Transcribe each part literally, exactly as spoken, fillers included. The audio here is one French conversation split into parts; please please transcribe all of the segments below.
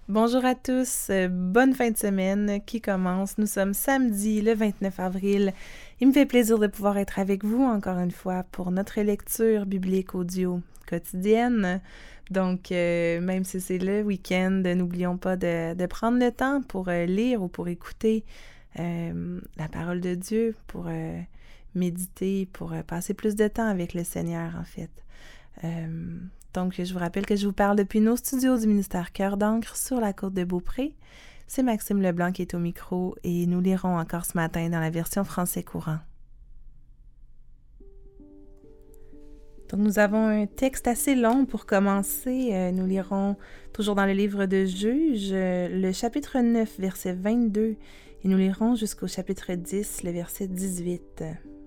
Bonjour à tous, euh, bonne fin de semaine qui commence. Nous sommes samedi le vingt-neuf avril. Il me fait plaisir de pouvoir être avec vous encore une fois pour notre lecture biblique audio quotidienne. Donc, euh, même si c'est le week-end, n'oublions pas de, de prendre le temps pour euh, lire ou pour écouter euh, la parole de Dieu, pour euh, méditer, pour euh, passer plus de temps avec le Seigneur en fait. Euh, Donc, je vous rappelle que je vous parle depuis nos studios du ministère Cœur d'encre sur la côte de Beaupré. C'est Maxime Leblanc qui est au micro et nous lirons encore ce matin dans la version français courant. Donc, nous avons un texte assez long pour commencer. Euh, nous lirons toujours dans le livre de Juges, euh, le chapitre neuf, verset vingt-deux, et nous lirons jusqu'au chapitre dix, le verset dix-huit.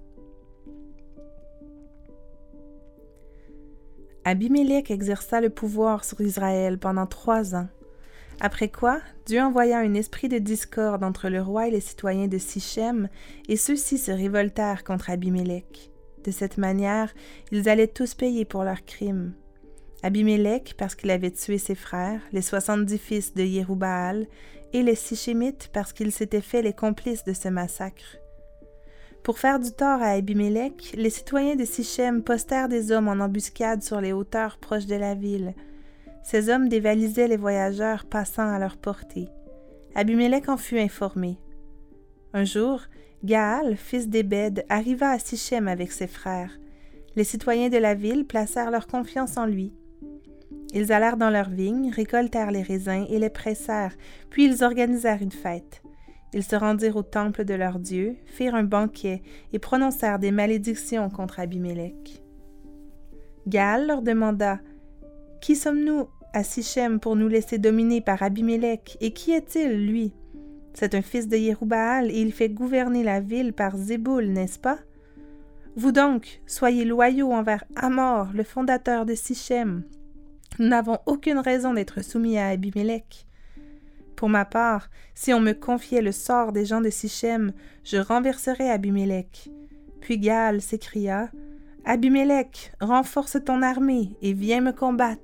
Abimélec exerça le pouvoir sur Israël pendant trois ans. Après quoi, Dieu envoya un esprit de discorde entre le roi et les citoyens de Sichem, et ceux-ci se révoltèrent contre Abimélec. De cette manière, ils allaient tous payer pour leurs crimes. Abimélec, parce qu'il avait tué ses frères, les soixante-dix fils de Yérubbaal, et les Sichémites, parce qu'ils s'étaient fait les complices de ce massacre. Pour faire du tort à Abimélec, les citoyens de Sichem postèrent des hommes en embuscade sur les hauteurs proches de la ville. Ces hommes dévalisaient les voyageurs passant à leur portée. Abimélec en fut informé. Un jour, Gaal, fils d'Ébed, arriva à Sichem avec ses frères. Les citoyens de la ville placèrent leur confiance en lui. Ils allèrent dans leurs vignes, récoltèrent les raisins et les pressèrent, puis ils organisèrent une fête. Ils se rendirent au temple de leur Dieu, firent un banquet et prononcèrent des malédictions contre Abimélec. Gaal leur demanda « Qui sommes-nous à Sichem pour nous laisser dominer par Abimélec, et qui est-il, lui? C'est un fils de Yérubbaal et il fait gouverner la ville par Zéboul, n'est-ce pas? Vous donc, soyez loyaux envers Hamor, le fondateur de Sichem. Nous n'avons aucune raison d'être soumis à Abimélec. Pour ma part, si on me confiait le sort des gens de Sichem, je renverserais Abimélec. » Puis Gaal s'écria « Abimélec, renforce ton armée et viens me combattre. »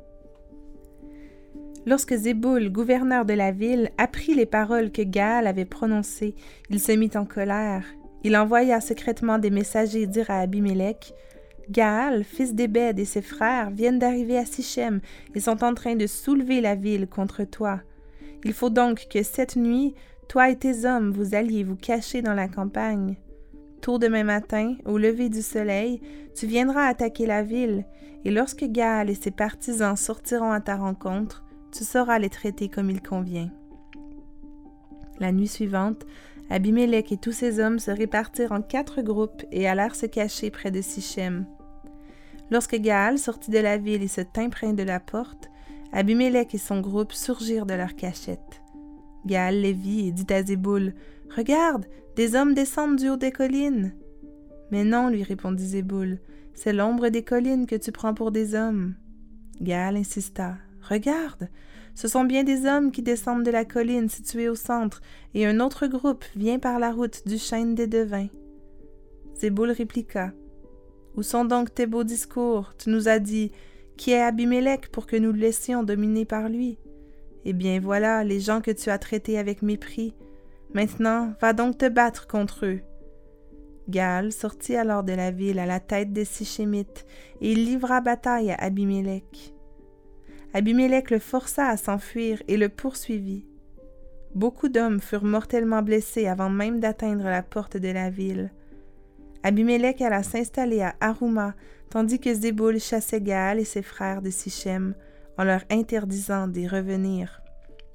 Lorsque Zéboul, gouverneur de la ville, apprit les paroles que Gaal avait prononcées, il se mit en colère. Il envoya secrètement des messagers dire à Abimélec « Gaal, fils d'Ébed et ses frères viennent d'arriver à Sichem et sont en train de soulever la ville contre toi. Il faut donc que cette nuit, toi et tes hommes vous alliez vous cacher dans la campagne. Tôt demain matin, au lever du soleil, tu viendras attaquer la ville, et lorsque Gaal et ses partisans sortiront à ta rencontre, tu sauras les traiter comme il convient. » La nuit suivante, Abimélec et tous ses hommes se répartirent en quatre groupes et allèrent se cacher près de Sichem. Lorsque Gaal sortit de la ville et se tint près de la porte, Abimélec et son groupe surgirent de leur cachette. Gaal les vit et dit à Zéboul « Regarde, des hommes descendent du haut des collines. » « Mais non, lui répondit Zéboul, c'est l'ombre des collines que tu prends pour des hommes. » Gaal insista. « Regarde, ce sont bien des hommes qui descendent de la colline située au centre, et un autre groupe vient par la route du chêne des devins. » Zéboul répliqua. « Où sont donc tes beaux discours? Tu nous as dit « Qui est Abimélec pour que nous le laissions dominer par lui? » Eh bien voilà les gens que tu as traités avec mépris. Maintenant, va donc te battre contre eux. » Gaal sortit alors de la ville à la tête des Sichémites, et il livra bataille à Abimélec. Abimélec le força à s'enfuir et le poursuivit. Beaucoup d'hommes furent mortellement blessés avant même d'atteindre la porte de la ville. Abimélec alla s'installer à Arouma, tandis que Zéboul chassait Gaal et ses frères de Sichem, en leur interdisant d'y revenir.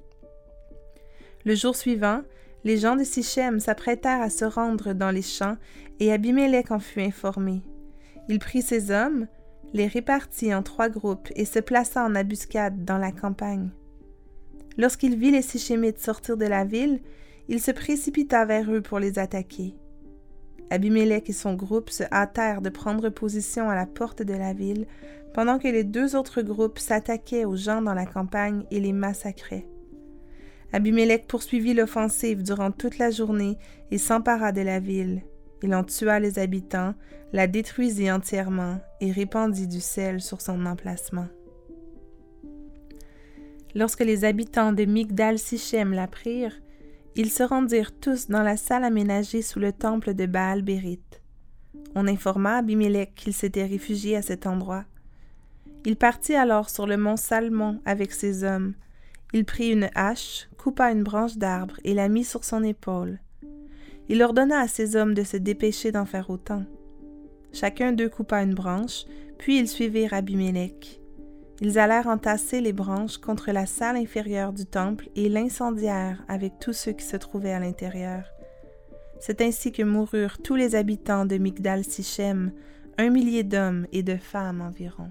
Le jour suivant, les gens de Sichem s'apprêtèrent à se rendre dans les champs, et Abimélec en fut informé. Il prit ses hommes, les répartit en trois groupes et se plaça en embuscade dans la campagne. Lorsqu'il vit les Sichémites sortir de la ville, il se précipita vers eux pour les attaquer. Abimélec et son groupe se hâtèrent de prendre position à la porte de la ville, pendant que les deux autres groupes s'attaquaient aux gens dans la campagne et les massacraient. Abimélec poursuivit l'offensive durant toute la journée et s'empara de la ville. Il en tua les habitants, la détruisit entièrement et répandit du sel sur son emplacement. Lorsque les habitants de Migdal-Sichem l'apprirent, ils se rendirent tous dans la salle aménagée sous le temple de Baal-Bérith. On informa Abimélec qu'il s'était réfugié à cet endroit. Il partit alors sur le mont Salmon avec ses hommes. Il prit une hache, coupa une branche d'arbre et la mit sur son épaule. Il ordonna à ses hommes de se dépêcher d'en faire autant. Chacun d'eux coupa une branche, puis ils suivirent Abimélec. Ils allèrent entasser les branches contre la salle inférieure du temple et l'incendièrent avec tous ceux qui se trouvaient à l'intérieur. C'est ainsi que moururent tous les habitants de Migdal-Sichem, un millier d'hommes et de femmes environ.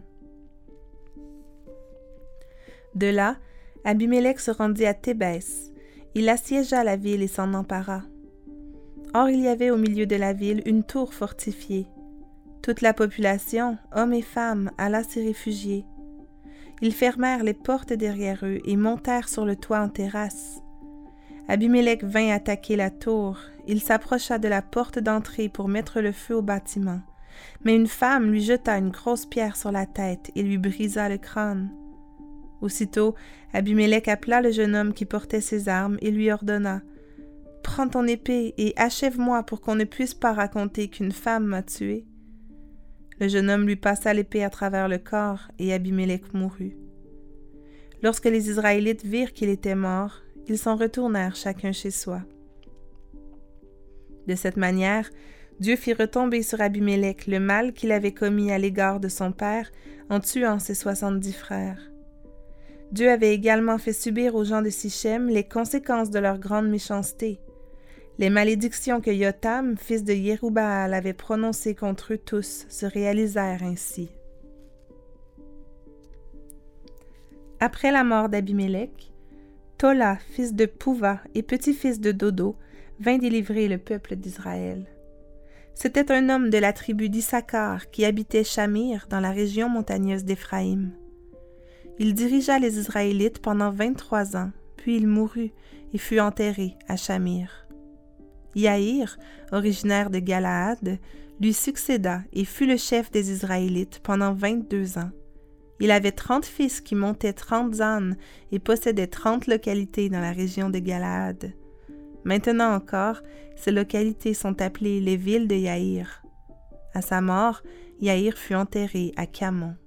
De là, Abimélec se rendit à Thébès. Il assiégea la ville et s'en empara. Or il y avait au milieu de la ville une tour fortifiée. Toute la population, hommes et femmes, alla s'y réfugier. Ils fermèrent les portes derrière eux et montèrent sur le toit en terrasse. Abimélec vint attaquer la tour. Il s'approcha de la porte d'entrée pour mettre le feu au bâtiment. Mais une femme lui jeta une grosse pierre sur la tête et lui brisa le crâne. Aussitôt, Abimélec appela le jeune homme qui portait ses armes et lui ordonna « Prends ton épée et achève-moi pour qu'on ne puisse pas raconter qu'une femme m'a tué. » Le jeune homme lui passa l'épée à travers le corps et Abimélec mourut. Lorsque les Israélites virent qu'il était mort, ils s'en retournèrent chacun chez soi. De cette manière, Dieu fit retomber sur Abimélec le mal qu'il avait commis à l'égard de son père en tuant ses soixante-dix frères. Dieu avait également fait subir aux gens de Sichem les conséquences de leur grande méchanceté. Les malédictions que Yotam, fils de Yérubbaal, avait prononcées contre eux tous se réalisèrent ainsi. Après la mort d'Abimélec, Tola, fils de Pouva et petit-fils de Dodo, vint délivrer le peuple d'Israël. C'était un homme de la tribu d'Issachar qui habitait Shamir dans la région montagneuse d'Éphraïm. Il dirigea les Israélites pendant vingt-trois ans, puis il mourut et fut enterré à Shamir. Yaïr, originaire de Galaad, lui succéda et fut le chef des Israélites pendant vingt-deux ans. Il avait trente fils qui montaient trente ânes et possédait trente localités dans la région de Galaad. Maintenant encore, ces localités sont appelées les villes de Yaïr. À sa mort, Yaïr fut enterré à Camon.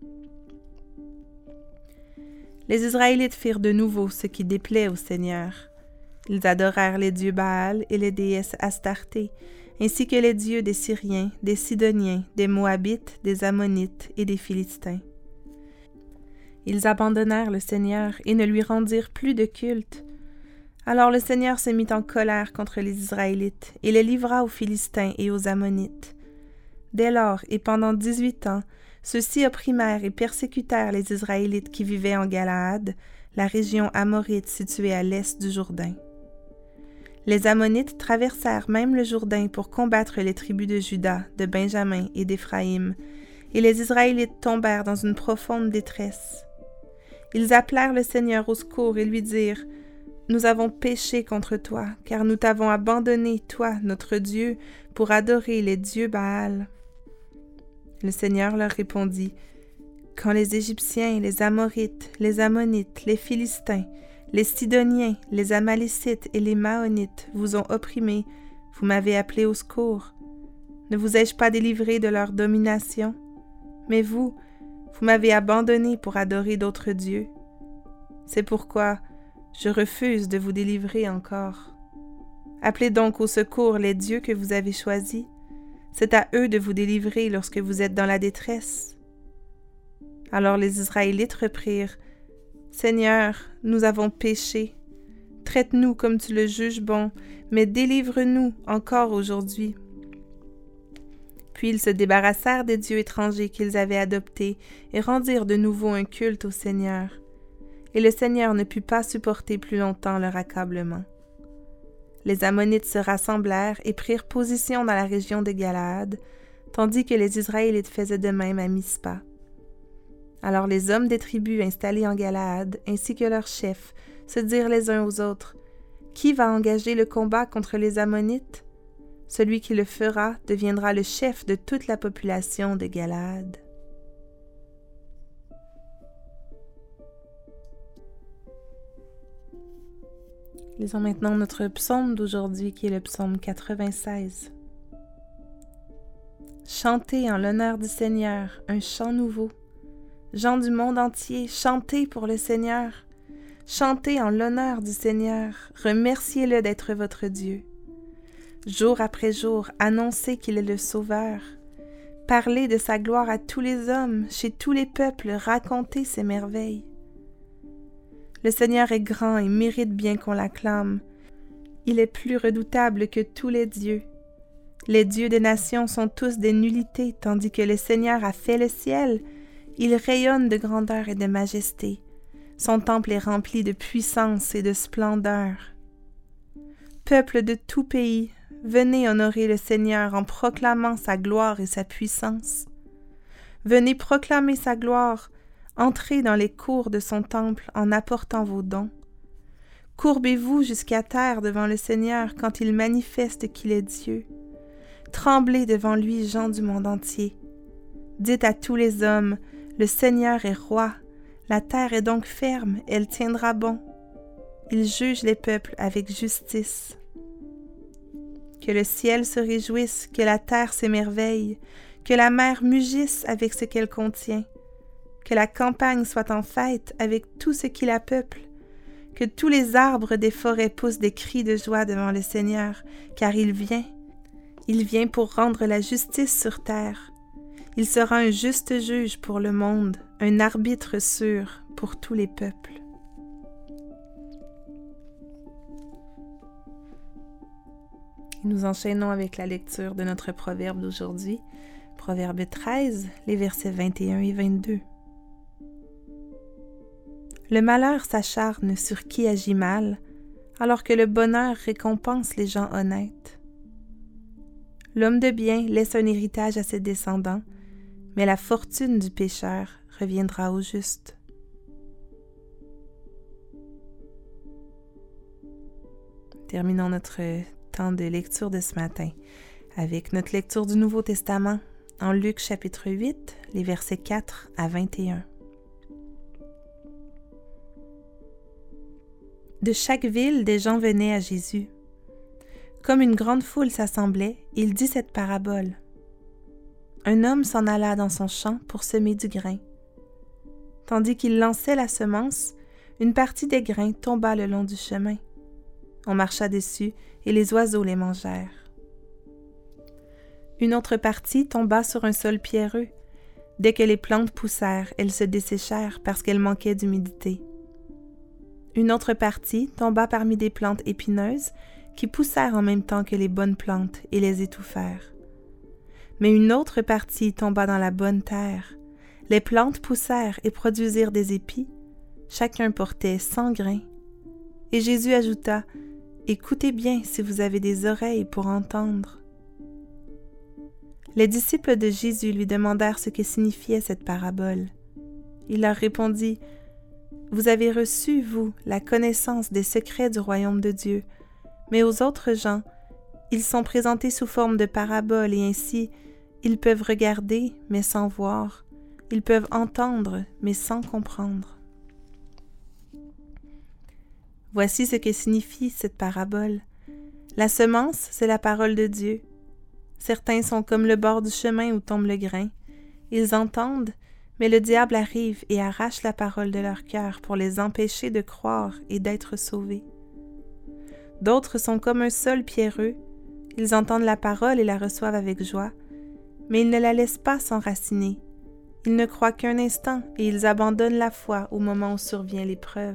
Les Israélites firent de nouveau ce qui déplaît au Seigneur. Ils adorèrent les dieux Baal et les déesses Astarté, ainsi que les dieux des Syriens, des Sidoniens, des Moabites, des Ammonites et des Philistins. Ils abandonnèrent le Seigneur et ne lui rendirent plus de culte. Alors le Seigneur se mit en colère contre les Israélites et les livra aux Philistins et aux Ammonites. Dès lors et pendant dix-huit ans, ceux-ci opprimèrent et persécutèrent les Israélites qui vivaient en Galaad, la région amorite située à l'est du Jourdain. Les Ammonites traversèrent même le Jourdain pour combattre les tribus de Juda, de Benjamin et d'Éphraïm, et les Israélites tombèrent dans une profonde détresse. Ils appelèrent le Seigneur au secours et lui dirent « Nous avons péché contre toi, car nous t'avons abandonné, toi, notre Dieu, pour adorer les dieux Baal. » Le Seigneur leur répondit « Quand les Égyptiens, les Amorites, les Ammonites, les Philistins, les Sidoniens, les Amalécites et les Maonites vous ont opprimés, vous m'avez appelé au secours. Ne vous ai-je pas délivré de leur domination? Mais vous, vous m'avez abandonné pour adorer d'autres dieux. C'est pourquoi je refuse de vous délivrer encore. Appelez donc au secours les dieux que vous avez choisis. C'est à eux de vous délivrer lorsque vous êtes dans la détresse. » Alors les Israélites reprirent « Seigneur, nous avons péché. Traite-nous comme tu le juges bon, mais délivre-nous encore aujourd'hui. » Puis ils se débarrassèrent des dieux étrangers qu'ils avaient adoptés et rendirent de nouveau un culte au Seigneur. Et le Seigneur ne put pas supporter plus longtemps leur accablement. Les Ammonites se rassemblèrent et prirent position dans la région de Galaad, tandis que les Israélites faisaient de même à Mispa. Alors les hommes des tribus installés en Galaad, ainsi que leurs chefs, se dirent les uns aux autres, « Qui va engager le combat contre les Ammonites? Celui qui le fera deviendra le chef de toute la population de Galaad. » Lisons maintenant notre psaume d'aujourd'hui qui est le psaume quatre-vingt-seize. Chantez en l'honneur du Seigneur un chant nouveau. Gens du monde entier, chantez pour le Seigneur. Chantez en l'honneur du Seigneur, remerciez-le d'être votre Dieu. Jour après jour, annoncez qu'il est le Sauveur. Parlez de sa gloire à tous les hommes, chez tous les peuples, racontez ses merveilles. Le Seigneur est grand et mérite bien qu'on l'acclame. Il est plus redoutable que tous les dieux. Les dieux des nations sont tous des nullités, tandis que le Seigneur a fait le ciel. Il rayonne de grandeur et de majesté. Son temple est rempli de puissance et de splendeur. Peuple de tout pays, venez honorer le Seigneur en proclamant sa gloire et sa puissance. Venez proclamer sa gloire, entrez dans les cours de son temple en apportant vos dons. Courbez-vous jusqu'à terre devant le Seigneur quand il manifeste qu'il est Dieu. Tremblez devant lui, gens du monde entier. Dites à tous les hommes, le Seigneur est roi. La terre est donc ferme, elle tiendra bon. Il juge les peuples avec justice. Que le ciel se réjouisse, que la terre s'émerveille, que la mer mugisse avec ce qu'elle contient, que la campagne soit en fête avec tout ce qui la peuple, que tous les arbres des forêts poussent des cris de joie devant le Seigneur, car il vient. Il vient pour rendre la justice sur terre. Il sera un juste juge pour le monde, un arbitre sûr pour tous les peuples. Nous enchaînons avec la lecture de notre proverbe d'aujourd'hui, Proverbe treize, les versets vingt et un et vingt-deux. Le malheur s'acharne sur qui agit mal, alors que le bonheur récompense les gens honnêtes. L'homme de bien laisse un héritage à ses descendants, mais la fortune du pécheur reviendra au juste. Terminons notre temps de lecture de ce matin avec notre lecture du Nouveau Testament en Luc chapitre huit, les versets quatre à vingt et un. De chaque ville, des gens venaient à Jésus. Comme une grande foule s'assemblait, il dit cette parabole. Un homme s'en alla dans son champ pour semer du grain. Tandis qu'il lançait la semence, une partie des grains tomba le long du chemin. On marcha dessus et les oiseaux les mangèrent. Une autre partie tomba sur un sol pierreux. Dès que les plantes poussèrent, elles se desséchèrent parce qu'elles manquaient d'humidité. Une autre partie tomba parmi des plantes épineuses qui poussèrent en même temps que les bonnes plantes et les étouffèrent. Mais une autre partie tomba dans la bonne terre. Les plantes poussèrent et produisirent des épis. Chacun portait cent grains. Et Jésus ajouta, « Écoutez bien si vous avez des oreilles pour entendre. » Les disciples de Jésus lui demandèrent ce que signifiait cette parabole. Il leur répondit, « Vous avez reçu, vous, la connaissance des secrets du royaume de Dieu, mais aux autres gens, ils sont présentés sous forme de paraboles et ainsi, ils peuvent regarder, mais sans voir. Ils peuvent entendre, mais sans comprendre. » Voici ce que signifie cette parabole. La semence, c'est la parole de Dieu. Certains sont comme le bord du chemin où tombe le grain. Ils entendent, mais le diable arrive et arrache la parole de leur cœur pour les empêcher de croire et d'être sauvés. D'autres sont comme un sol pierreux. Ils entendent la parole et la reçoivent avec joie, mais ils ne la laissent pas s'enraciner. Ils ne croient qu'un instant et ils abandonnent la foi au moment où survient l'épreuve.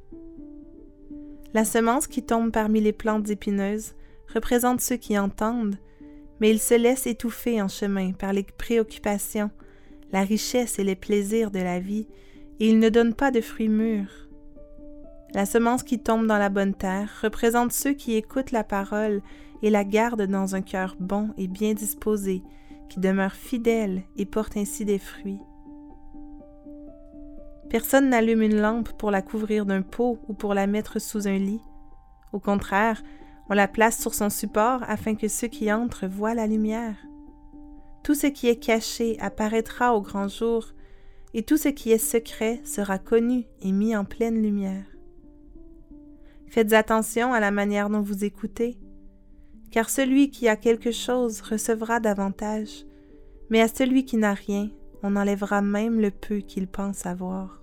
La semence qui tombe parmi les plantes épineuses représente ceux qui entendent, mais ils se laissent étouffer en chemin par les préoccupations, la richesse et les plaisirs de la vie, et ils ne donnent pas de fruits mûrs. La semence qui tombe dans la bonne terre représente ceux qui écoutent la parole et la gardent dans un cœur bon et bien disposé, qui demeurent fidèles et portent ainsi des fruits. Personne n'allume une lampe pour la couvrir d'un pot ou pour la mettre sous un lit. Au contraire, on la place sur son support afin que ceux qui entrent voient la lumière. Tout ce qui est caché apparaîtra au grand jour, et tout ce qui est secret sera connu et mis en pleine lumière. Faites attention à la manière dont vous écoutez, car celui qui a quelque chose recevra davantage, mais à celui qui n'a rien, on enlèvera même le peu qu'il pense avoir.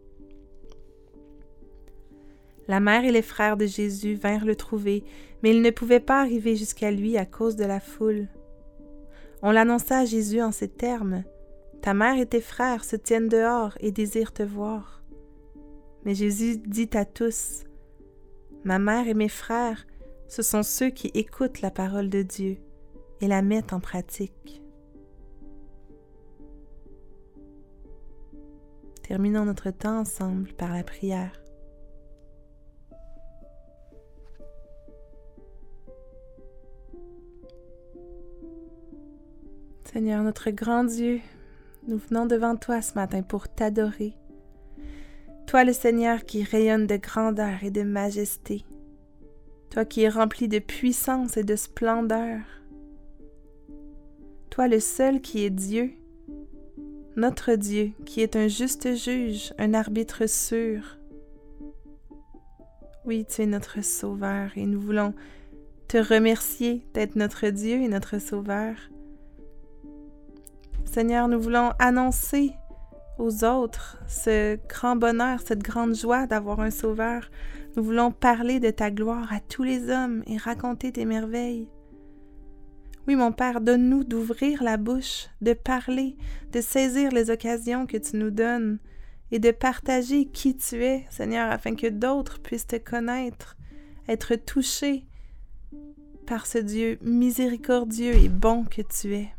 La mère et les frères de Jésus vinrent le trouver, mais ils ne pouvaient pas arriver jusqu'à lui à cause de la foule. On l'annonça à Jésus en ces termes: « Ta mère et tes frères se tiennent dehors et désirent te voir. » Mais Jésus dit à tous: « Ma mère et mes frères, ce sont ceux qui écoutent la parole de Dieu et la mettent en pratique. » Terminons notre temps ensemble par la prière. Seigneur, notre grand Dieu, nous venons devant toi ce matin pour t'adorer. Toi le Seigneur qui rayonne de grandeur et de majesté. Toi qui es rempli de puissance et de splendeur. Toi le seul qui est Dieu, notre Dieu qui est un juste juge, un arbitre sûr. Oui, tu es notre Sauveur et nous voulons te remercier d'être notre Dieu et notre Sauveur. Seigneur, nous voulons annoncer aux autres ce grand bonheur, cette grande joie d'avoir un Sauveur. Nous voulons parler de ta gloire à tous les hommes et raconter tes merveilles. Oui, mon Père, donne-nous d'ouvrir la bouche, de parler, de saisir les occasions que tu nous donnes et de partager qui tu es, Seigneur, afin que d'autres puissent te connaître, être touchés par ce Dieu miséricordieux et bon que tu es.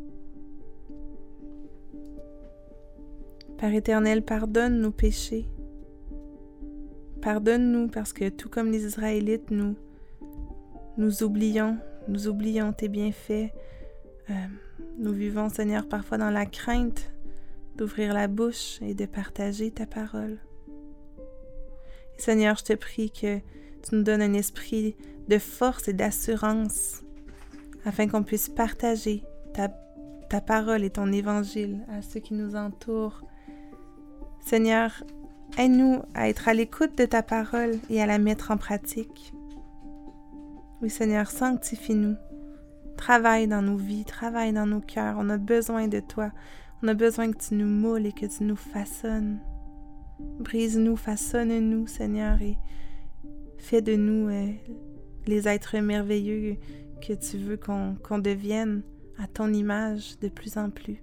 Père éternel, pardonne nos péchés. Pardonne-nous parce que tout comme les Israélites, nous, nous oublions, nous oublions tes bienfaits. Euh, nous vivons, Seigneur, parfois dans la crainte d'ouvrir la bouche et de partager ta parole. Et Seigneur, je te prie que tu nous donnes un esprit de force et d'assurance afin qu'on puisse partager ta, ta parole et ton évangile à ceux qui nous entourent. Seigneur, aide-nous à être à l'écoute de ta parole et à la mettre en pratique. Oui, Seigneur, sanctifie-nous. Travaille dans nos vies, travaille dans nos cœurs. On a besoin de toi. On a besoin que tu nous moules et que tu nous façonnes. Brise-nous, façonne-nous, Seigneur, et fais de nous euh, les êtres merveilleux que tu veux qu'on, qu'on devienne à ton image de plus en plus.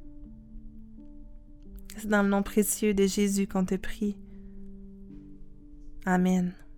C'est dans le nom précieux de Jésus qu'on te prie. Amen.